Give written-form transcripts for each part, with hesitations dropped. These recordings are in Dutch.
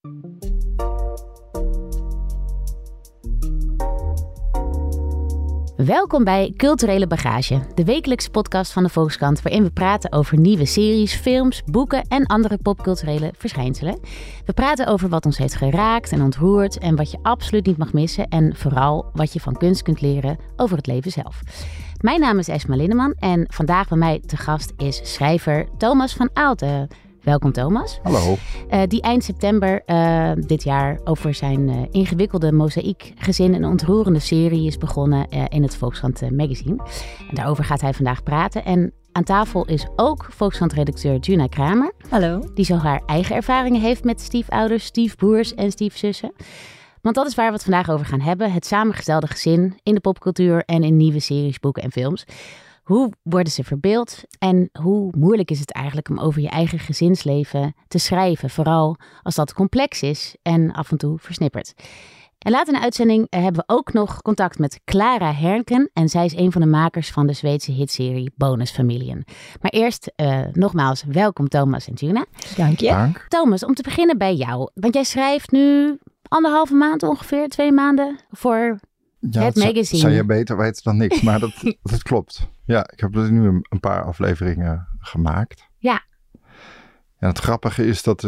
Welkom bij Culturele Bagage, de wekelijkse podcast van de Volkskrant waarin we praten over nieuwe series, films, boeken en andere popculturele verschijnselen. We praten over wat ons heeft geraakt en ontroerd en wat je absoluut niet mag missen en vooral wat je van kunst kunt leren over het leven zelf. Mijn naam is Esma Lindeman en vandaag bij mij te gast is schrijver Thomas van Aalten. Welkom Thomas. Hallo. Die eind september dit jaar over zijn ingewikkelde mozaïekgezin een ontroerende serie is begonnen in het Volkskrant magazine. En daarover gaat hij vandaag praten. En aan tafel is ook Volkskrant-redacteur Juna Kramer. Hallo. Die zo haar eigen ervaringen heeft met stiefouders, stiefbroers en stiefzussen. Want dat is waar we het vandaag over gaan hebben. Het samengestelde gezin in de popcultuur en in nieuwe series, boeken en films. Hoe worden ze verbeeld en hoe moeilijk is het eigenlijk om over je eigen gezinsleven te schrijven? Vooral als dat complex is en af en toe versnipperd. En later in de uitzending hebben we ook nog contact met Clara Hernken. En zij is een van de makers van de Zweedse hitserie Bonusfamilien. Maar eerst nogmaals welkom Thomas en Juna. Dank je. Dank. Thomas, om te beginnen bij jou. Want jij schrijft nu 1,5 maand ongeveer, 2 maanden voor het magazine. Zou je beter weten dan ik, maar dat klopt. Ja, ik heb nu een paar afleveringen gemaakt. Ja. En het grappige is dat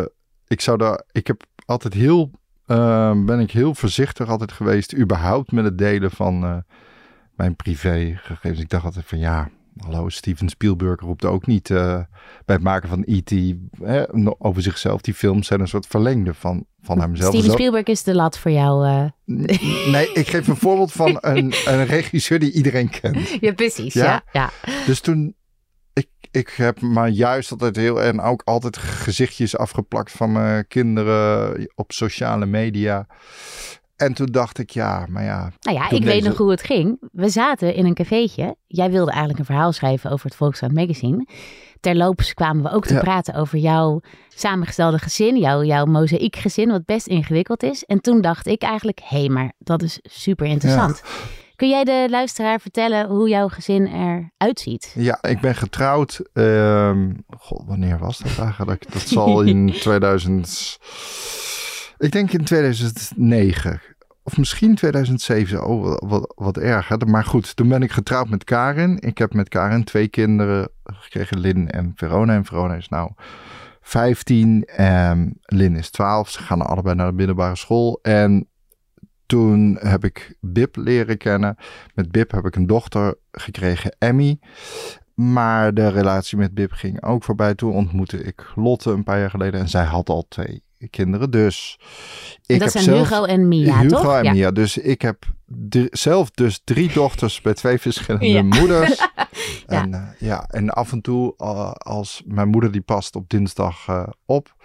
ik heb altijd ben ik heel voorzichtig altijd geweest überhaupt met het delen van mijn privégegevens. Ik dacht altijd van ja, hallo, Steven Spielberg roept ook niet bij het maken van E.T. Over zichzelf. Die films zijn een soort verlengde van hemzelf. Steven Spielberg is de lat voor jou. Nee, ik geef een voorbeeld van een regisseur die iedereen kent. Ja, precies. Ja? Ja. Dus toen, ik heb maar juist altijd en ook altijd gezichtjes afgeplakt van mijn kinderen op sociale media. En toen dacht ik, maar ja. Nou ja, ik weet nog hoe het ging. We zaten in een cafeetje. Jij wilde eigenlijk een verhaal schrijven over het Volkskrant magazine. Terloops kwamen we ook te praten over jouw samengestelde gezin, jouw mozaïekgezin, wat best ingewikkeld is. En toen dacht ik eigenlijk, maar dat is super interessant. Ja. Kun jij de luisteraar vertellen hoe jouw gezin eruit ziet? Ja, ik ben getrouwd. Wanneer was dat eigenlijk? Dat zal in 2000... Ik denk in 2009. Of misschien 2007. Oh, wat erg. Maar goed, toen ben ik getrouwd met Karin. Ik heb met Karin 2 kinderen gekregen. Lynn en Verona. En Verona is nou 15. En Lynn is 12. Ze gaan allebei naar de middelbare school. En toen heb ik Bib leren kennen. Met Bib heb ik een dochter gekregen, Emmy. Maar de relatie met Bib ging ook voorbij. Toen ontmoette ik Lotte een paar jaar geleden. En zij had al 2 kinderen. Dus dat zijn Hugo en Mia, toch? Hugo en Mia. Dus ik heb zelf 3 dochters bij 2 verschillende moeders. Ja. En af en toe als mijn moeder die past op dinsdag op.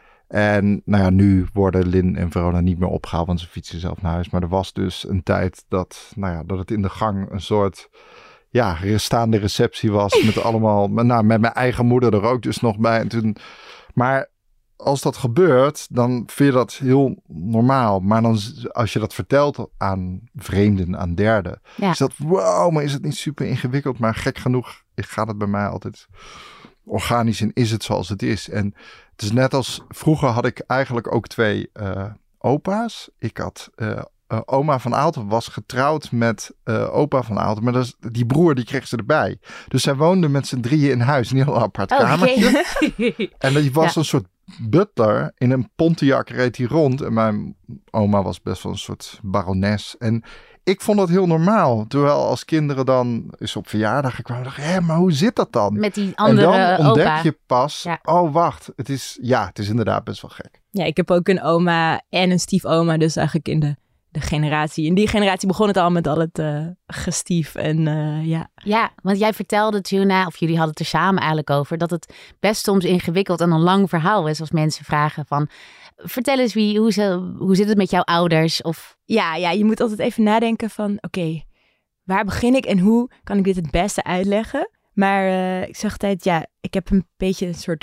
En nu worden Lynn en Verona niet meer opgehaald, want ze fietsen zelf naar huis. Maar er was dus een tijd dat het in de gang een soort staande receptie was. Met allemaal, met mijn eigen moeder er ook dus nog bij. En maar als dat gebeurt, dan vind je dat heel normaal. Maar dan, als je dat vertelt aan vreemden, aan derden, is dat wow, maar is het niet super ingewikkeld? Maar gek genoeg gaat het bij mij altijd organisch en is het zoals het is. En het is net als vroeger had ik eigenlijk ook 2 opa's. Ik had oma van Aalten was getrouwd met opa van Aalten. Maar die broer die kreeg ze erbij. Dus zij woonden met z'n 3 in huis. Een heel apart kamertje. En die was een soort butler. In een Pontiac reed hij rond. En mijn oma was best wel een soort barones. En ik vond dat heel normaal. Terwijl als kinderen dan is op verjaardag kwamen, dacht ik, maar hoe zit dat dan? Met die andere opa. En dan ontdek je pas, oh wacht, het is inderdaad best wel gek. Ja, ik heb ook een oma en een stiefoma, dus eigenlijk in de generatie. In die generatie begon het al met al het gestief en Ja, want jij vertelde, Juna, of jullie hadden het er samen eigenlijk over, dat het best soms ingewikkeld en een lang verhaal is als mensen vragen van, vertel eens hoe zit het met jouw ouders? Of... Ja, je moet altijd even nadenken van, oké, waar begin ik en hoe kan ik dit het beste uitleggen? Maar ik zeg altijd, ik heb een beetje een soort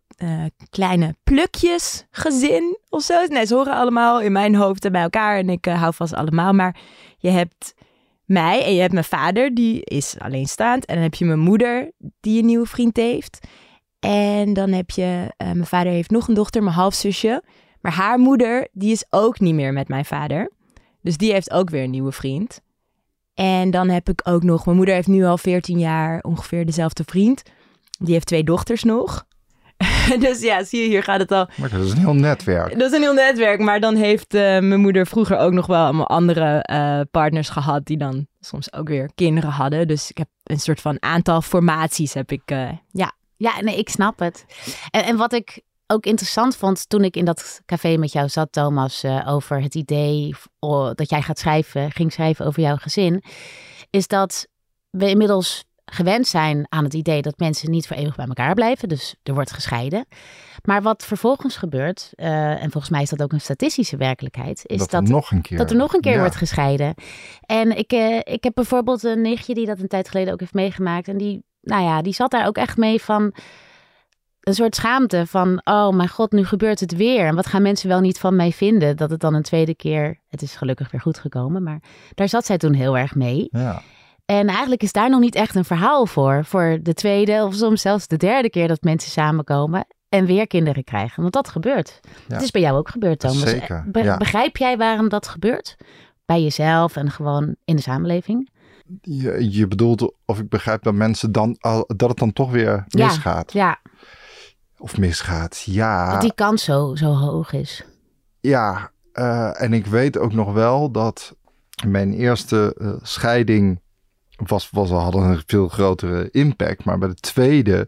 kleine plukjes gezin of zo. Nee, ze horen allemaal in mijn hoofd bij elkaar en ik hou vast allemaal. Maar je hebt mij en je hebt mijn vader, die is alleenstaand. En dan heb je mijn moeder, die een nieuwe vriend heeft. En dan heb je, mijn vader heeft nog een dochter, mijn halfzusje. Maar haar moeder, die is ook niet meer met mijn vader. Dus die heeft ook weer een nieuwe vriend. En dan heb ik ook nog... Mijn moeder heeft nu al 14 jaar ongeveer dezelfde vriend. Die heeft 2 dochters nog. Dus ja, zie je, hier gaat het al. Maar dat is een heel netwerk. Dat is een heel netwerk, maar dan heeft mijn moeder vroeger ook nog wel allemaal andere partners gehad die dan soms ook weer kinderen hadden. Dus ik heb een soort van aantal formaties heb ik, Ja, nee, ik snap het. En wat ik ook interessant vond toen ik in dat café met jou zat, Thomas, over het idee dat jij ging schrijven over jouw gezin, is dat we inmiddels gewend zijn aan het idee dat mensen niet voor eeuwig bij elkaar blijven. Dus er wordt gescheiden. Maar wat vervolgens gebeurt, en volgens mij is dat ook een statistische werkelijkheid, is dat er nog een keer wordt gescheiden. En ik heb bijvoorbeeld een nichtje die dat een tijd geleden ook heeft meegemaakt. En die zat daar ook echt mee van een soort schaamte van, oh mijn god, nu gebeurt het weer. En wat gaan mensen wel niet van mij vinden? Dat het dan een tweede keer, het is gelukkig weer goed gekomen, maar daar zat zij toen heel erg mee. Ja. En eigenlijk is daar nog niet echt een verhaal voor de tweede of soms zelfs de derde keer dat mensen samenkomen en weer kinderen krijgen. Want dat gebeurt. Ja. Het is bij jou ook gebeurd, Thomas. Zeker. Begrijp jij waarom dat gebeurt? Bij jezelf en gewoon in de samenleving? Je bedoelt of ik begrijp dat mensen dat het dan toch weer misgaat. Ja. Of misgaat, ja. Dat die kans zo hoog is. Ja, en ik weet ook nog wel dat mijn eerste scheiding hadden een veel grotere impact. Maar bij de tweede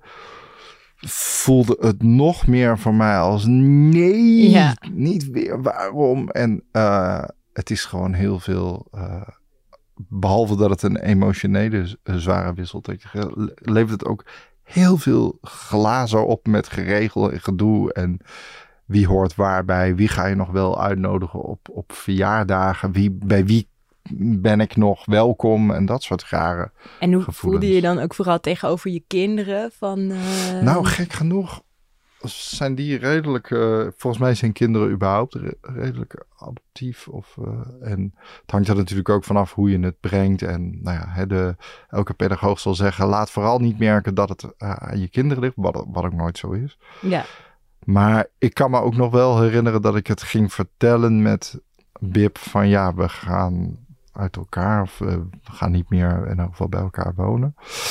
voelde het nog meer voor mij als niet weer, waarom? En het is gewoon heel veel, behalve dat het een emotionele zware wisseltrekker levert het ook heel veel glazen op met geregel en gedoe en wie hoort waarbij, wie ga je nog wel uitnodigen op verjaardagen, bij wie ben ik nog welkom en dat soort rare En hoe gevoelens. voelde je dan ook vooral tegenover je kinderen? Nou, gek genoeg zijn die redelijk, volgens mij zijn kinderen überhaupt redelijk adoptief. En het hangt er natuurlijk ook vanaf hoe je het brengt. En nou ja, elke pedagoog zal zeggen, laat vooral niet merken dat het aan je kinderen ligt, wat ook nooit zo is. Ja. Maar ik kan me ook nog wel herinneren dat ik het ging vertellen met Bib van ja, we gaan uit elkaar of we gaan niet meer in ieder geval bij elkaar wonen.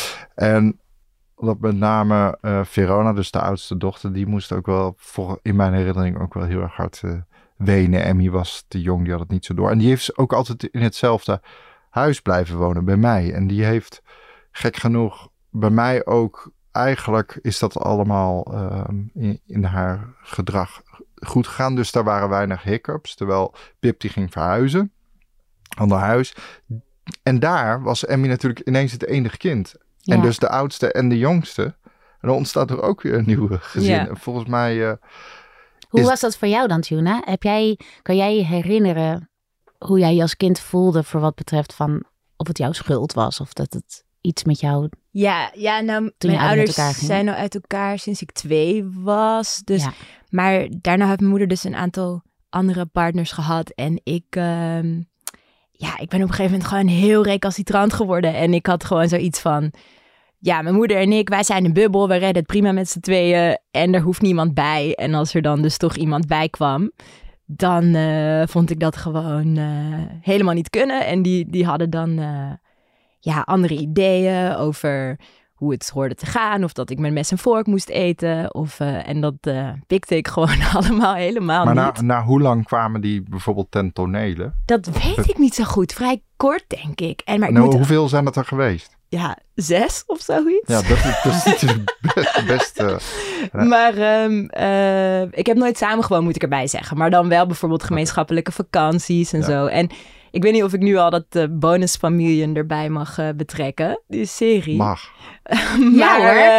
En dat met name Verona, dus de oudste dochter, die moest ook wel in mijn herinnering ook wel heel erg hard wenen. Emmy was te jong, die had het niet zo door. En die heeft ook altijd in hetzelfde huis blijven wonen bij mij. En die heeft gek genoeg bij mij ook, eigenlijk is dat allemaal in haar gedrag goed gegaan. Dus daar waren weinig hiccups. Terwijl Pip die ging verhuizen. Ander huis. En daar was Emmy natuurlijk ineens het enige kind. Ja. En dus de oudste en de jongste. En dan ontstaat er ook weer een nieuwe gezin. Ja. Volgens mij... Hoe was dat voor jou dan, Tjuna? Kan jij je herinneren hoe jij je als kind voelde voor wat betreft van of het jouw schuld was? Of dat het iets met jou... Ja, nou, mijn ouders zijn al uit elkaar sinds ik 2 was. Dus, ja. Maar daarna heeft mijn moeder dus een aantal andere partners gehad. En ik ben op een gegeven moment gewoon heel recalcitrant geworden. En ik had gewoon zoiets van... Ja, mijn moeder en ik, wij zijn een bubbel. We redden het prima met z'n tweeën. En er hoeft niemand bij. En als er dan dus toch iemand bij kwam... dan vond ik dat gewoon helemaal niet kunnen. En die hadden dan andere ideeën over hoe het hoorde te gaan. Of dat ik met mes en vork moest eten. En dat pikte ik gewoon allemaal helemaal niet. Maar na hoe lang kwamen die bijvoorbeeld ten tonele? Dat weet ik niet zo goed. Vrij kort, denk ik. Hoeveel zijn dat er geweest? Ja, 6 of zoiets. Ja, dat is natuurlijk best... Maar ik heb nooit samengewoond, moet ik erbij zeggen. Maar dan wel bijvoorbeeld gemeenschappelijke vakanties en zo. En ik weet niet of ik nu al dat bonusfamilien erbij mag betrekken. Die serie. Mag. Ja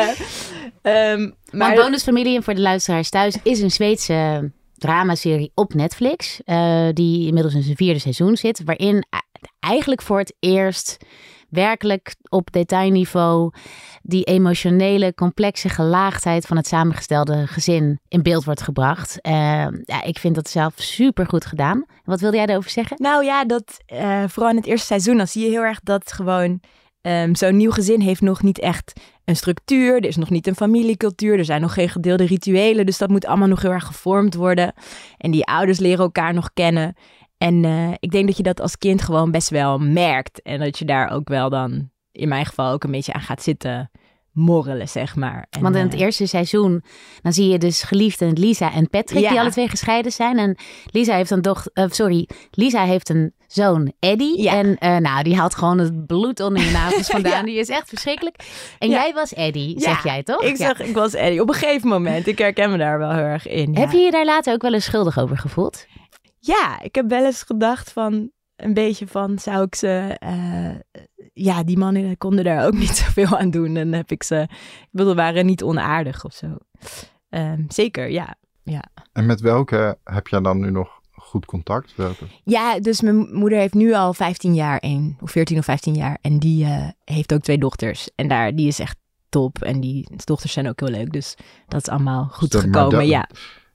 hoor. Maar bonusfamilien voor de luisteraars thuis is een Zweedse dramaserie op Netflix. Die inmiddels in zijn 4e seizoen zit. Waarin eigenlijk voor het eerst... werkelijk op detailniveau die emotionele, complexe gelaagdheid van het samengestelde gezin in beeld wordt gebracht. Ik vind dat zelf super goed gedaan. Wat wilde jij daarover zeggen? Nou ja, dat vooral in het eerste seizoen, dan zie je heel erg dat gewoon Zo'n nieuw gezin heeft nog niet echt een structuur. Er is nog niet een familiecultuur. Er zijn nog geen gedeelde rituelen. Dus dat moet allemaal nog heel erg gevormd worden. En die ouders leren elkaar nog kennen. En ik denk dat je dat als kind gewoon best wel merkt. En dat je daar ook wel dan, in mijn geval, ook een beetje aan gaat zitten morrelen, zeg maar. En, want in het eerste seizoen, dan zie je dus geliefden Lisa en Patrick, die alle twee gescheiden zijn. En Lisa heeft een zoon, Eddie. Ja. En die haalt gewoon het bloed onder je nagels vandaan. Die is echt verschrikkelijk. En jij was Eddie, zeg jij toch? Ik was Eddie. Op een gegeven moment. Ik herken me daar wel heel erg in. Heb je je daar later ook wel eens schuldig over gevoeld? Ja, ik heb wel eens gedacht van, een beetje van, zou ik ze... die mannen konden daar ook niet zoveel aan doen. En heb ik ze... waren niet onaardig of zo. Zeker, ja. En met welke heb jij dan nu nog goed contact? Welke? Ja, dus mijn moeder heeft nu al 15 jaar, 14 of 15 jaar. En die heeft ook 2 dochters. En die is echt top. En die dochters zijn ook heel leuk. Dus dat is allemaal goed gekomen, ja.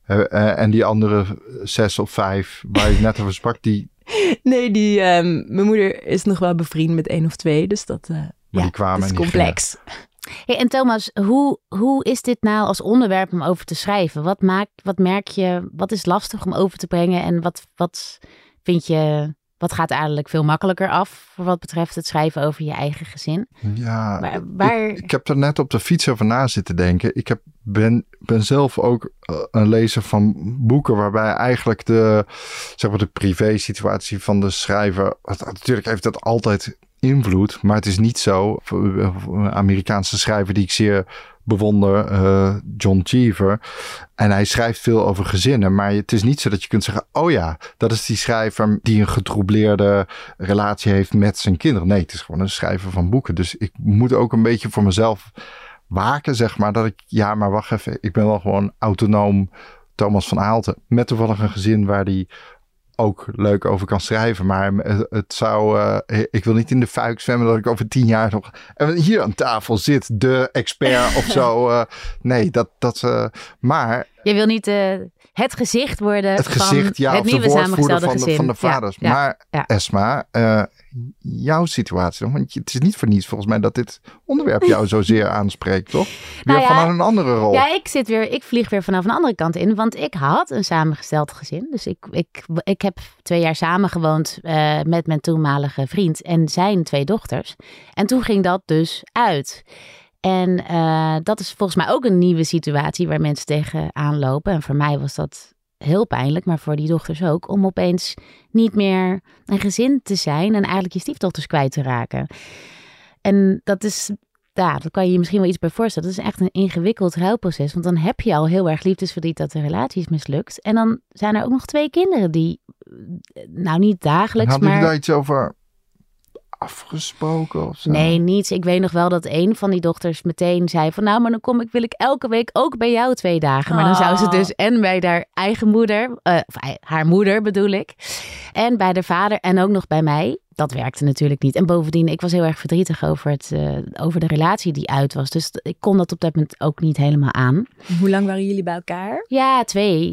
En die andere 6 of 5 waar je net over sprak, die... Nee, mijn moeder is nog wel bevriend met 1 of 2. Dus dat, die kwamen dat is complex. Hey, en Thomas, hoe is dit nou als onderwerp om over te schrijven? Wat merk je, wat is lastig om over te brengen? En wat vind je, wat gaat eigenlijk veel makkelijker af voor wat betreft het schrijven over je eigen gezin? Ja, ik heb er net op de fiets over na zitten denken. Ik ben zelf ook een lezer van boeken waarbij eigenlijk de privé situatie van de schrijver, natuurlijk heeft dat altijd invloed, maar het is niet zo. Een Amerikaanse schrijver die ik zeer bewonder, John Cheever. En hij schrijft veel over gezinnen, maar het is niet zo dat je kunt zeggen, oh ja, dat is die schrijver die een getroubleerde relatie heeft met zijn kinderen. Nee, het is gewoon een schrijver van boeken. Dus ik moet ook een beetje voor mezelf waken, zeg maar, dat maar wacht even, ik ben wel gewoon autonoom Thomas van Aalten, met toevallig een gezin waar die ook leuk over kan schrijven. Maar het zou... ik wil niet in de fuik zwemmen dat ik over 10 jaar nog... hier aan tafel zit de expert of zo. Nee, maar... Je wil niet het gezicht worden het gezicht, van het nieuwe samengestelde gezin. Van de vaders. Ja, maar Esma, jouw situatie, want het is niet voor niets volgens mij dat dit onderwerp jou zozeer aanspreekt, toch? Weer vanuit een andere rol. Ja, ik vlieg weer vanaf een andere kant in, want ik had een samengesteld gezin. Dus ik heb 2 jaar samengewoond met mijn toenmalige vriend en zijn 2 dochters. En toen ging dat dus uit. En dat is volgens mij ook een nieuwe situatie waar mensen tegenaan lopen. En voor mij was dat heel pijnlijk, maar voor die dochters ook, om opeens niet meer een gezin te zijn en eigenlijk je stiefdochters kwijt te raken. En dat is, daar kan je je misschien wel iets bij voorstellen. Dat is echt een ingewikkeld rouwproces, want dan heb je al heel erg liefdesverdriet dat de relatie is mislukt. En dan zijn er ook nog 2 kinderen die, nou niet dagelijks, Hadden jullie daar iets over afgesproken of zo? Nee, niets. Ik weet nog wel dat een van die dochters meteen zei van, nou, maar dan wil ik elke week ook bij jou 2 dagen. Maar dan zou ze dus en bij haar eigen moeder, haar moeder bedoel ik, en bij de vader en ook nog bij mij. Dat werkte natuurlijk niet. En bovendien, ik was heel erg verdrietig over de relatie die uit was. Dus ik kon dat op dat moment ook niet helemaal aan. Hoe lang waren jullie bij elkaar? Ja,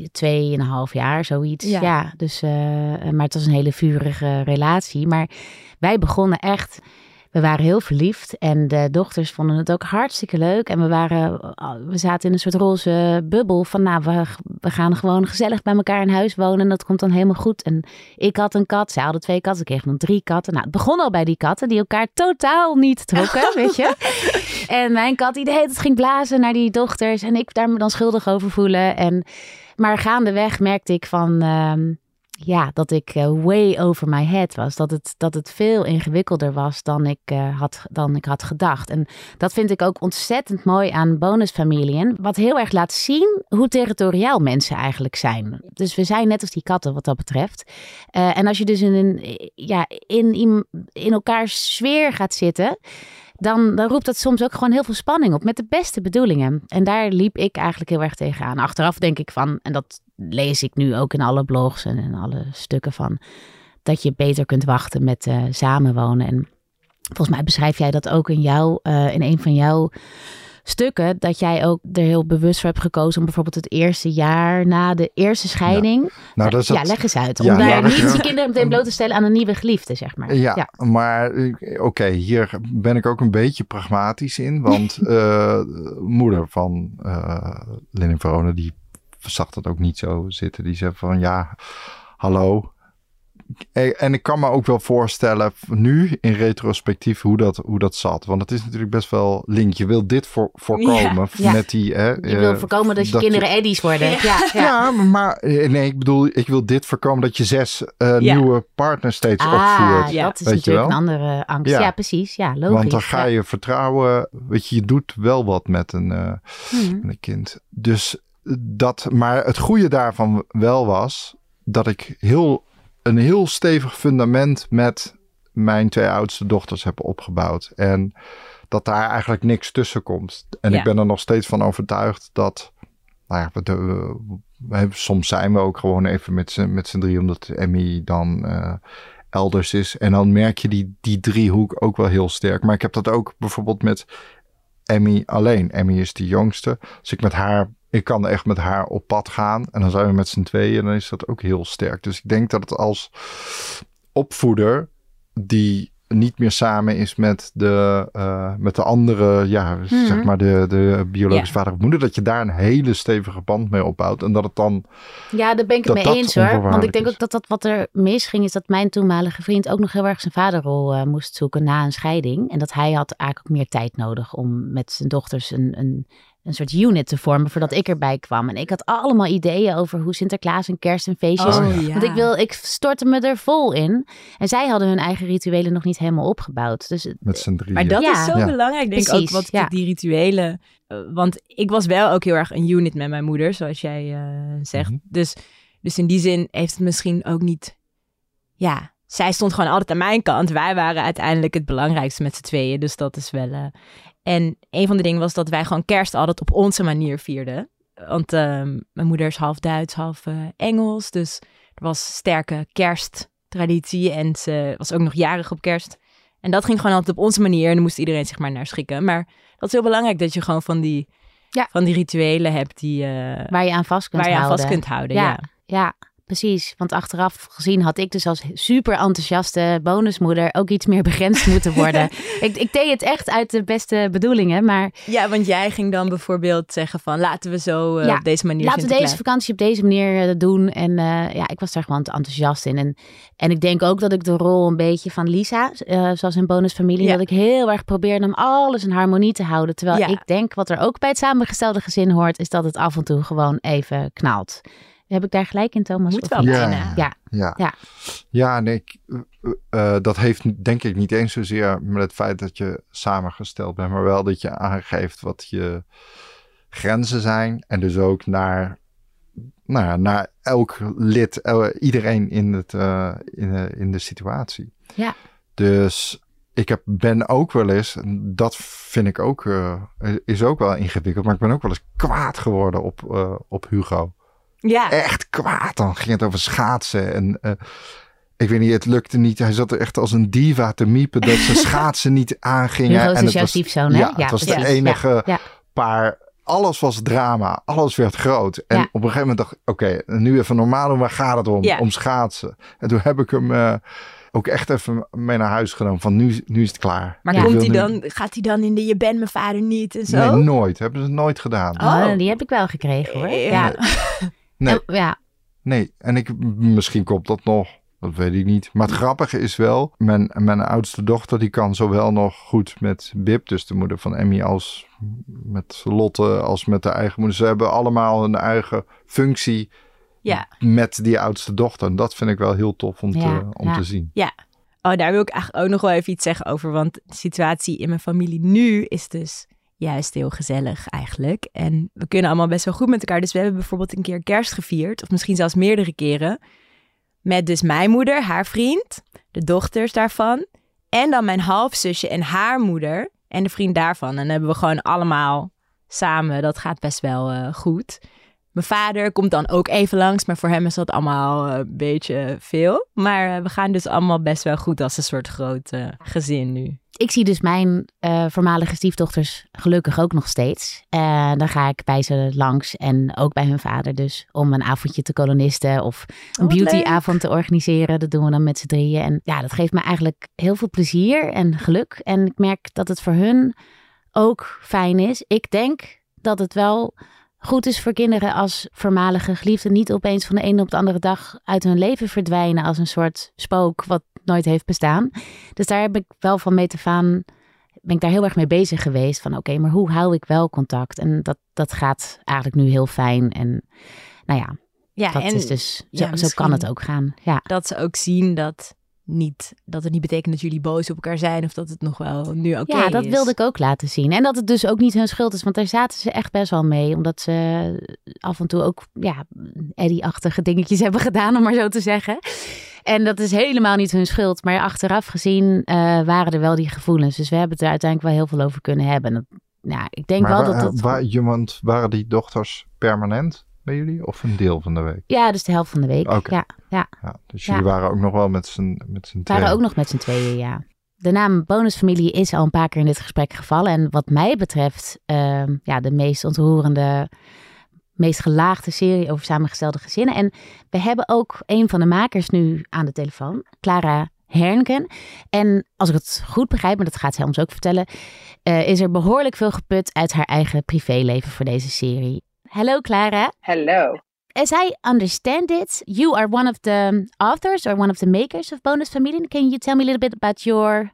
2,5 jaar, zoiets. Ja, dus, maar het was een hele vurige relatie. Maar wij begonnen echt, we waren heel verliefd. En de dochters vonden het ook hartstikke leuk. En we zaten in een soort roze bubbel van, nou, we gaan gewoon gezellig bij elkaar in huis wonen. En dat komt dan helemaal goed. En ik had een kat, zij hadden 2 katten. Ik kreeg dan 3 katten. Nou, het begon al bij die katten die elkaar totaal niet trokken, weet je. En mijn kat die de hele tijd ging blazen naar die dochters. En ik daar me dan schuldig over voelen. Maar gaandeweg merkte ik van, dat ik way over my head was. Dat het veel ingewikkelder was dan ik had gedacht. En dat vind ik ook ontzettend mooi aan Bonusfamiliën. Wat heel erg laat zien hoe territoriaal mensen eigenlijk zijn. Dus we zijn net als die katten wat dat betreft. En als je dus in elkaars sfeer gaat zitten, dan roept dat soms ook gewoon heel veel spanning op met de beste bedoelingen. En daar liep ik eigenlijk heel erg tegenaan. Achteraf denk ik van, en dat lees ik nu ook in alle blogs en in alle stukken van, dat je beter kunt wachten met samenwonen. En volgens mij beschrijf jij dat ook in een van jouw stukken dat jij ook er heel bewust voor hebt gekozen om bijvoorbeeld het eerste jaar na de eerste scheiding. Nou, dat is leg eens uit. Om Ja, daar niet ja. je kinderen meteen bloot te stellen aan een nieuwe geliefde, zeg maar. Ja, maar oké, hier ben ik ook een beetje pragmatisch in. Want moeder van Lynn en Verona, die zag dat ook niet zo zitten. Die zei van hallo. En ik kan me ook wel voorstellen nu in retrospectief hoe dat zat. Want het is natuurlijk best wel link. Je wil dit voorkomen met die... Je wil voorkomen dat je kinderen eddies worden. Ja, maar nee, ik bedoel, ik wil dit voorkomen dat je 6 nieuwe partners steeds opvoert. Ja, dat is weet natuurlijk je wel? een andere angst. Ja, precies. Ja, logisch. Want dan ga je vertrouwen. Weet je doet wel wat met een kind. Dus maar het goede daarvan wel was dat ik een heel stevig fundament met mijn 2 oudste dochters heb opgebouwd. En dat daar eigenlijk niks tussen komt. En ik ben er nog steeds van overtuigd dat... soms zijn we ook gewoon even met z'n 3... omdat Emmy dan elders is. En dan merk je die driehoek ook wel heel sterk. Maar ik heb dat ook bijvoorbeeld met Emmy alleen. Emmy is de jongste. Dus ik kan echt met haar op pad gaan. En dan zijn we met z'n tweeën. En dan is dat ook heel sterk. Dus ik denk dat het als opvoeder... die niet meer samen is met de andere... zeg maar de biologische vader of moeder... dat je daar een hele stevige band mee opbouwt. En dat het dan... Ja, daar ben ik het mee eens hoor. Want ik denk ook dat wat er misging... is dat mijn toenmalige vriend ook nog heel erg zijn vaderrol moest zoeken... na een scheiding. En dat hij had eigenlijk ook meer tijd nodig... om met zijn dochters een soort unit te vormen voordat ik erbij kwam. En ik had allemaal ideeën over hoe Sinterklaas en kerst en feestjes... Want ik stortte me er vol in. En zij hadden hun eigen rituelen nog niet helemaal opgebouwd. Dus, met z'n drieën. Maar dat is zo belangrijk, denk ik ook, wat die rituelen... want ik was wel ook heel erg een unit met mijn moeder, zoals jij zegt. Dus in die zin heeft het misschien ook niet... Ja, zij stond gewoon altijd aan mijn kant. Wij waren uiteindelijk het belangrijkste met z'n tweeën. Dus dat is wel... En een van de dingen was dat wij gewoon kerst altijd op onze manier vierden. Want mijn moeder is half Duits, half Engels. Dus er was sterke kersttraditie. En ze was ook nog jarig op kerst. En dat ging gewoon altijd op onze manier. En dan moest iedereen zich maar naar schikken. Maar dat is heel belangrijk dat je gewoon van die rituelen hebt die... waar je aan vast kunt houden. Ja, precies. Want achteraf gezien had ik dus als super enthousiaste bonusmoeder ook iets meer begrensd moeten worden. Ik deed het echt uit de beste bedoelingen, maar... Ja, want jij ging dan bijvoorbeeld zeggen van laten we zo op deze manier... Laten we deze vakantie op deze manier doen. En ik was daar gewoon te enthousiast in. En ik denk ook dat ik de rol een beetje van Lisa, zoals in bonusfamilie, dat ik heel erg probeerde om alles in harmonie te houden. Terwijl ik denk, wat er ook bij het samengestelde gezin hoort, is dat het af en toe gewoon even knalt. Heb ik daar gelijk in, Thomas? Moet wel bijna. Ja, nee, dat heeft denk ik niet eens zozeer met het feit dat je samengesteld bent, maar wel dat je aangeeft wat je grenzen zijn. En dus ook naar elk lid, iedereen in de situatie. Ja. Dus ben ook wel eens, dat vind ik ook, is ook wel ingewikkeld, maar ik ben ook wel eens kwaad geworden op Hugo. Ja. Echt kwaad. Dan ging het over schaatsen. En ik weet niet, het lukte niet. Hij zat er echt als een diva te miepen dat zijn schaatsen niet aangingen. Hugo is jouw stiefzoon, hè? Ja, het was de enige paar... Alles was drama. Alles werd groot. En op een gegeven moment dacht ik, oké, nu even normaal doen. Waar gaat het om? Om schaatsen. En toen heb ik hem... ook echt even mee naar huis genomen. Van nu is het klaar. Maar gaat hij dan in de je bent mijn vader niet en zo? Nee, nooit. Hebben ze nooit gedaan. Oh, die heb ik wel gekregen hoor. Ja. Nee. Nee, en misschien komt dat nog. Dat weet ik niet. Maar het grappige is wel, mijn oudste dochter, die kan zowel nog goed met Bib, dus de moeder van Emmy, als met Lotte, als met de eigen moeder. Ze hebben allemaal een eigen functie met die oudste dochter. En dat vind ik wel heel tof om te zien. Ja. Oh, daar wil ik eigenlijk ook nog wel even iets zeggen over. Want de situatie in mijn familie nu is dus juist heel gezellig eigenlijk. En we kunnen allemaal best wel goed met elkaar. Dus we hebben bijvoorbeeld een keer kerst gevierd. Of misschien zelfs meerdere keren. Met dus mijn moeder, haar vriend, de dochters daarvan. En dan mijn halfzusje en haar moeder. En de vriend daarvan. En dan hebben we gewoon allemaal samen. Dat gaat best wel goed. Mijn vader komt dan ook even langs. Maar voor hem is dat allemaal een beetje veel. Maar we gaan dus allemaal best wel goed als een soort groot gezin nu. Ik zie dus mijn voormalige stiefdochters gelukkig ook nog steeds. Dan ga ik bij ze langs en ook bij hun vader dus om een avondje te kolonisten of een beautyavond te organiseren. Dat doen we dan met z'n drieën. En ja, dat geeft me eigenlijk heel veel plezier en geluk. En ik merk dat het voor hun ook fijn is. Ik denk dat het wel goed is voor kinderen als voormalige geliefden niet opeens van de ene op de andere dag uit hun leven verdwijnen als een soort spook wat nooit heeft bestaan. Dus daar heb ik wel van ben ik daar heel erg mee bezig geweest van oké, maar hoe hou ik wel contact? En dat gaat eigenlijk nu heel fijn. En nou ja, dat is dus, zo kan het ook gaan. Ja. Dat ze ook zien dat het niet betekent dat jullie boos op elkaar zijn of dat het nog wel nu oké is. Ja, dat wilde ik ook laten zien. En dat het dus ook niet hun schuld is, want daar zaten ze echt best wel mee. Omdat ze af en toe ook Eddie-achtige dingetjes hebben gedaan, om maar zo te zeggen. En dat is helemaal niet hun schuld. Maar achteraf gezien waren er wel die gevoelens. Dus we hebben het er uiteindelijk wel heel veel over kunnen hebben. Ik denk maar wel dat het... Waren die dochters permanent bij jullie of een deel van de week? Ja, dus de helft van de week. Okay. Ja, dus jullie waren ook nog wel met z'n tweeën? We waren ook nog met z'n tweeën, ja. De naam bonusfamilie is al een paar keer in dit gesprek gevallen. En wat mij betreft de meest ontroerende, meest gelaagde serie over samengestelde gezinnen. En we hebben ook een van de makers nu aan de telefoon, Clara Hernken. En als ik het goed begrijp, maar dat gaat zij ons ook vertellen, is er behoorlijk veel geput uit haar eigen privéleven voor deze serie. Hello, Clara. Hello. As I understand it, you are one of the authors or one of the makers of Bonus Familie. Can you tell me a little bit about your,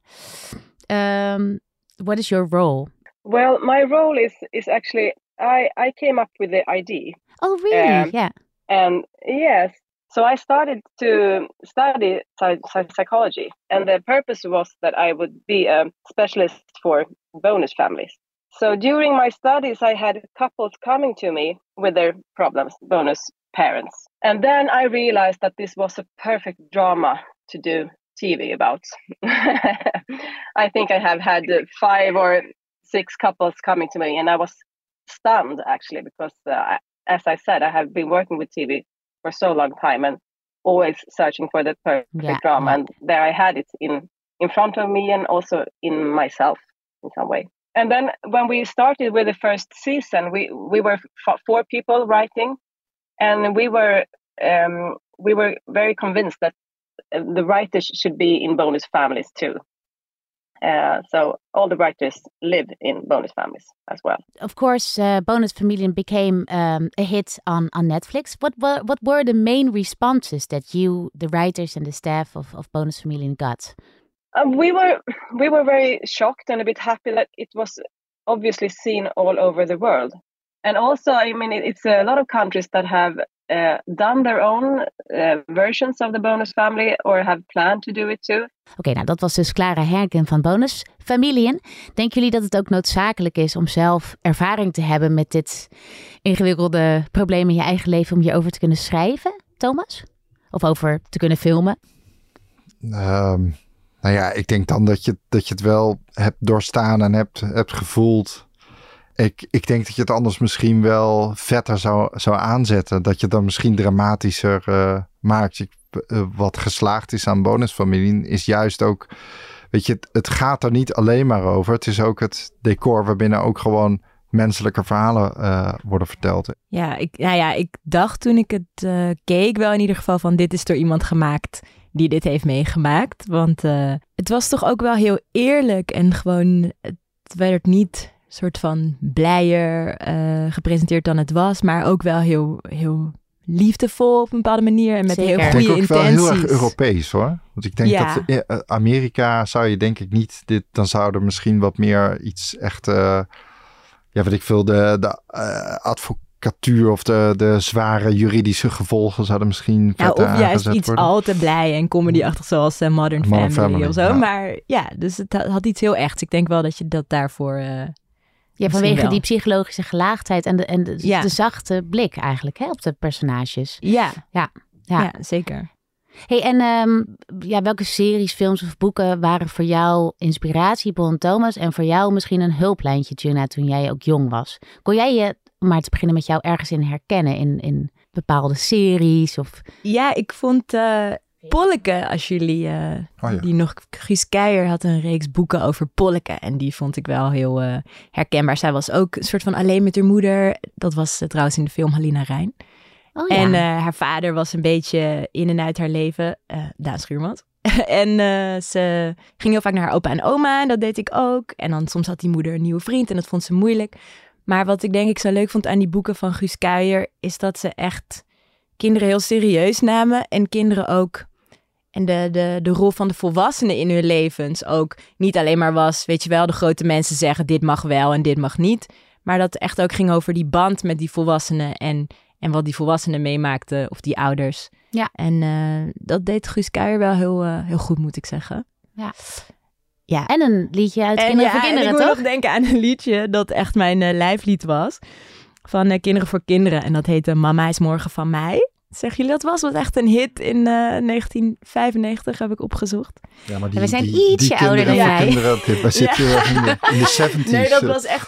what is your role? Well, my role is actually, I came up with the idea. Oh, really? Yeah. And yes, so I started to study psychology. And the purpose was that I would be a specialist for bonus families. So during my studies, I had couples coming to me with their problems, bonus parents. And then I realized that this was a perfect drama to do TV about. I think I have had 5 or 6 couples coming to me, and I was stunned actually because, as I said, I have been working with TV for so long time and always searching for the perfect drama. And there I had it in front of me and also in myself in some way. And then when we started with the first season, we were 4 people writing, and we were very convinced that the writers should be in bonus families too. So all the writers live in bonus families as well. Of course, Bonus Familie became a hit on Netflix. What were the main responses that you, the writers and the staff of Bonus Familie, got? We were very shocked and a bit happy that it was obviously seen all over the world. And also, I mean, it's a lot of countries that have done their own versions of the bonus family or have planned to do it too. Oké, nou dat was dus Clara Hernken van Bonus Familien. Denken jullie dat het ook noodzakelijk is om zelf ervaring te hebben met dit ingewikkelde probleem in je eigen leven om hierover te kunnen schrijven, Thomas? Of over te kunnen filmen? Nou ja, ik denk dan dat je het wel hebt doorstaan en hebt gevoeld. Ik denk dat je het anders misschien wel vetter zou aanzetten. Dat je het dan misschien dramatischer maakt. Wat geslaagd is aan bonusfamilie is juist ook... Weet je, het gaat er niet alleen maar over. Het is ook het decor waarbinnen ook gewoon menselijke verhalen worden verteld. Ja, ik dacht toen ik het keek wel in ieder geval van dit is door iemand gemaakt die dit heeft meegemaakt. Want het was toch ook wel heel eerlijk en gewoon, het werd niet soort van blijer gepresenteerd dan het was, maar ook wel heel, heel liefdevol op een bepaalde manier en met heel goede intenties. Ik denk ook wel heel erg Europees hoor. Want ik denk dat Amerika zou je denk ik niet dan zou er misschien wat meer iets echt, weet ik veel, de advocatuur of de zware juridische gevolgen zouden misschien of juist iets worden. al te blij en comedy-achtig zoals Modern Family of zo. Ja. Maar ja, dus het had iets heel echts. Ik denk wel dat je dat daarvoor... vanwege die psychologische gelaagdheid en de zachte blik eigenlijk op de personages. Ja, zeker. Hey, en welke series, films of boeken waren voor jou inspiratiebron, Thomas? En voor jou misschien een hulplijntje, Juna, toen jij ook jong was? Kon jij je, om maar te beginnen met jou, ergens in herkennen in bepaalde series? Of... Ja, ik vond Polleke, als jullie die nog... Guus Keijer had een reeks boeken over Polleke. En die vond ik wel heel herkenbaar. Zij was ook een soort van alleen met haar moeder. Dat was trouwens in de film Halina Reijn. Oh, ja. En haar vader was een beetje in en uit haar leven. Daan Schuurmans. En ze ging heel vaak naar haar opa en oma. En dat deed ik ook. En dan soms had die moeder een nieuwe vriend. En dat vond ze moeilijk. Maar wat ik denk ik zo leuk vond aan die boeken van Guus Keijer... is dat ze echt kinderen heel serieus namen. En kinderen ook... En de rol van de volwassenen in hun levens ook niet alleen maar was... weet je wel, de grote mensen zeggen dit mag wel en dit mag niet. Maar dat het echt ook ging over die band met die volwassenen... en wat die volwassenen meemaakten of die ouders. Ja. En dat deed Guus Keijer wel heel goed, moet ik zeggen. Ja. En een liedje uit Kinderen voor Kinderen, toch? Ik moet toch? nog denken aan een liedje dat echt mijn lijflied was. Van Kinderen voor Kinderen. En dat heette Mama is morgen van mij. Zeggen jullie, dat was echt een hit in 1995, heb ik opgezoekt. Ja, maar we zijn ietsje ouder dan jij. Wij zitten in de 70's. Nee, dat was echt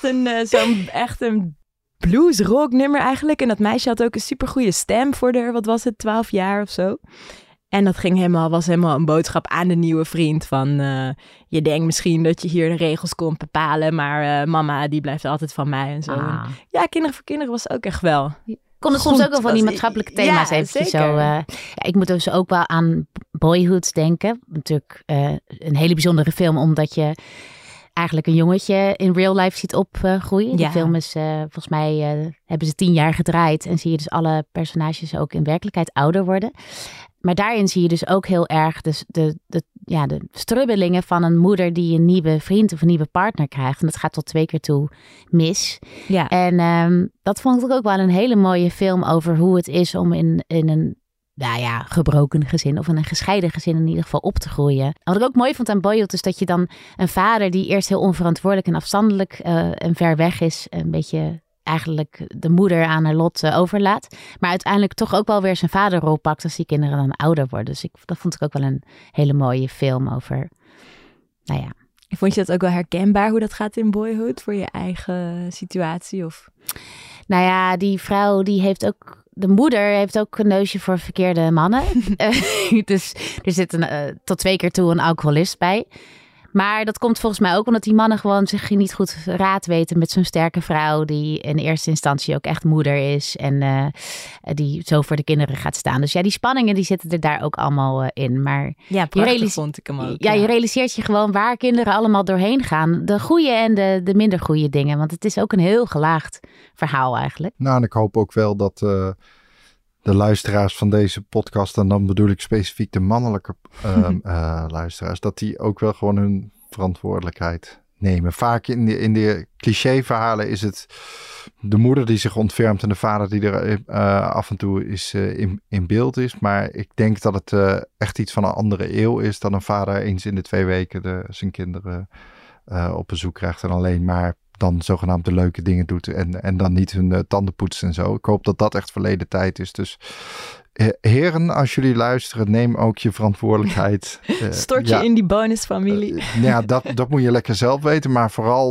een blues rock nummer eigenlijk. En dat meisje had ook een supergoeie stem voor de, 12 jaar of zo. En dat was helemaal een boodschap aan de nieuwe vriend van... je denkt misschien dat je hier de regels kon bepalen... maar mama, die blijft altijd van mij en zo. En, Kinderen voor Kinderen was ook echt wel... Kon het soms ook wel van die maatschappelijke thema's eventjes zo... ik moet dus ook wel aan Boyhood denken. Natuurlijk een hele bijzondere film, omdat je eigenlijk een jongetje in real life ziet opgroeien. Die film is, volgens mij hebben ze 10 jaar gedraaid. En zie je dus alle personages ook in werkelijkheid ouder worden. Maar daarin zie je dus ook heel erg de strubbelingen van een moeder die een nieuwe vriend of een nieuwe partner krijgt. En dat gaat tot 2 keer toe mis. Ja. En dat vond ik ook wel een hele mooie film over hoe het is om in een gebroken gezin of in een gescheiden gezin in ieder geval op te groeien. En wat ik ook mooi vond aan Boyhood is dat je dan een vader die eerst heel onverantwoordelijk en afstandelijk en ver weg is, een beetje eigenlijk de moeder aan haar lot overlaat. Maar uiteindelijk toch ook wel weer zijn vaderrol pakt als die kinderen dan ouder worden. Dus dat vond ik ook wel een hele mooie film over, Vond je dat ook wel herkenbaar hoe dat gaat in Boyhood voor je eigen situatie? Of? Die vrouw die heeft ook... De moeder heeft ook een neusje voor verkeerde mannen. Dus er zit tot 2 keer toe een alcoholist bij. Maar dat komt volgens mij ook omdat die mannen gewoon zich niet goed raad weten met zo'n sterke vrouw die in eerste instantie ook echt moeder is en die zo voor de kinderen gaat staan. Dus die spanningen die zitten er daar ook allemaal in. Maar prachtig vond ik hem ook. Je realiseert je gewoon waar kinderen allemaal doorheen gaan. De goede en de minder goede dingen. Want het is ook een heel gelaagd verhaal eigenlijk. En ik hoop ook wel dat de luisteraars van deze podcast, en dan bedoel ik specifiek de mannelijke luisteraars, dat die ook wel gewoon hun verantwoordelijkheid nemen. Vaak in de clichéverhalen is het de moeder die zich ontfermt en de vader die er af en toe is, in beeld is. Maar ik denk dat het echt iets van een andere eeuw is dan een vader eens in de 2 weken zijn kinderen op bezoek krijgt en alleen maar dan zogenaamd de leuke dingen doet en dan niet hun tanden poetst en zo. Ik hoop dat dat echt verleden tijd is. Dus heren, als jullie luisteren, neem ook je verantwoordelijkheid. Stort je in die bonusfamilie. Dat moet je lekker zelf weten. Maar vooral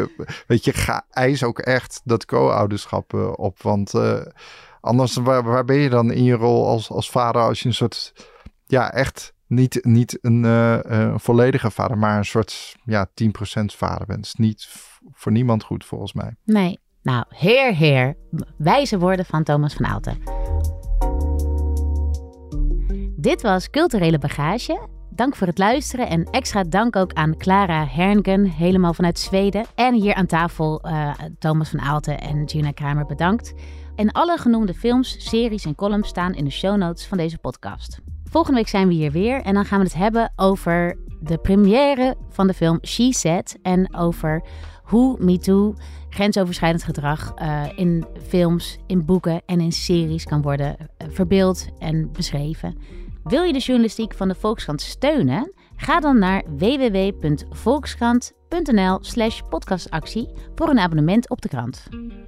eis ook echt dat co-ouderschap op. Want anders, waar ben je dan in je rol als vader als je een soort, echt niet een volledige vader, maar een soort 10% vader bent. Het is niet voor niemand goed volgens mij. Nee. Nou, heer. Wijze woorden van Thomas van Aalten. Dit was Culturele Bagage. Dank voor het luisteren en extra dank ook aan Clara Herngen, helemaal vanuit Zweden. En hier aan tafel Thomas van Aalten en Gina Kramer bedankt. En alle genoemde films, series en columns staan in de show notes van deze podcast. Volgende week zijn we hier weer en dan gaan we het hebben over de première van de film She Said en over hoe MeToo grensoverschrijdend gedrag in films, in boeken en in series kan worden verbeeld en beschreven. Wil je de journalistiek van de Volkskrant steunen? Ga dan naar www.volkskrant.nl/podcastactie voor een abonnement op de krant.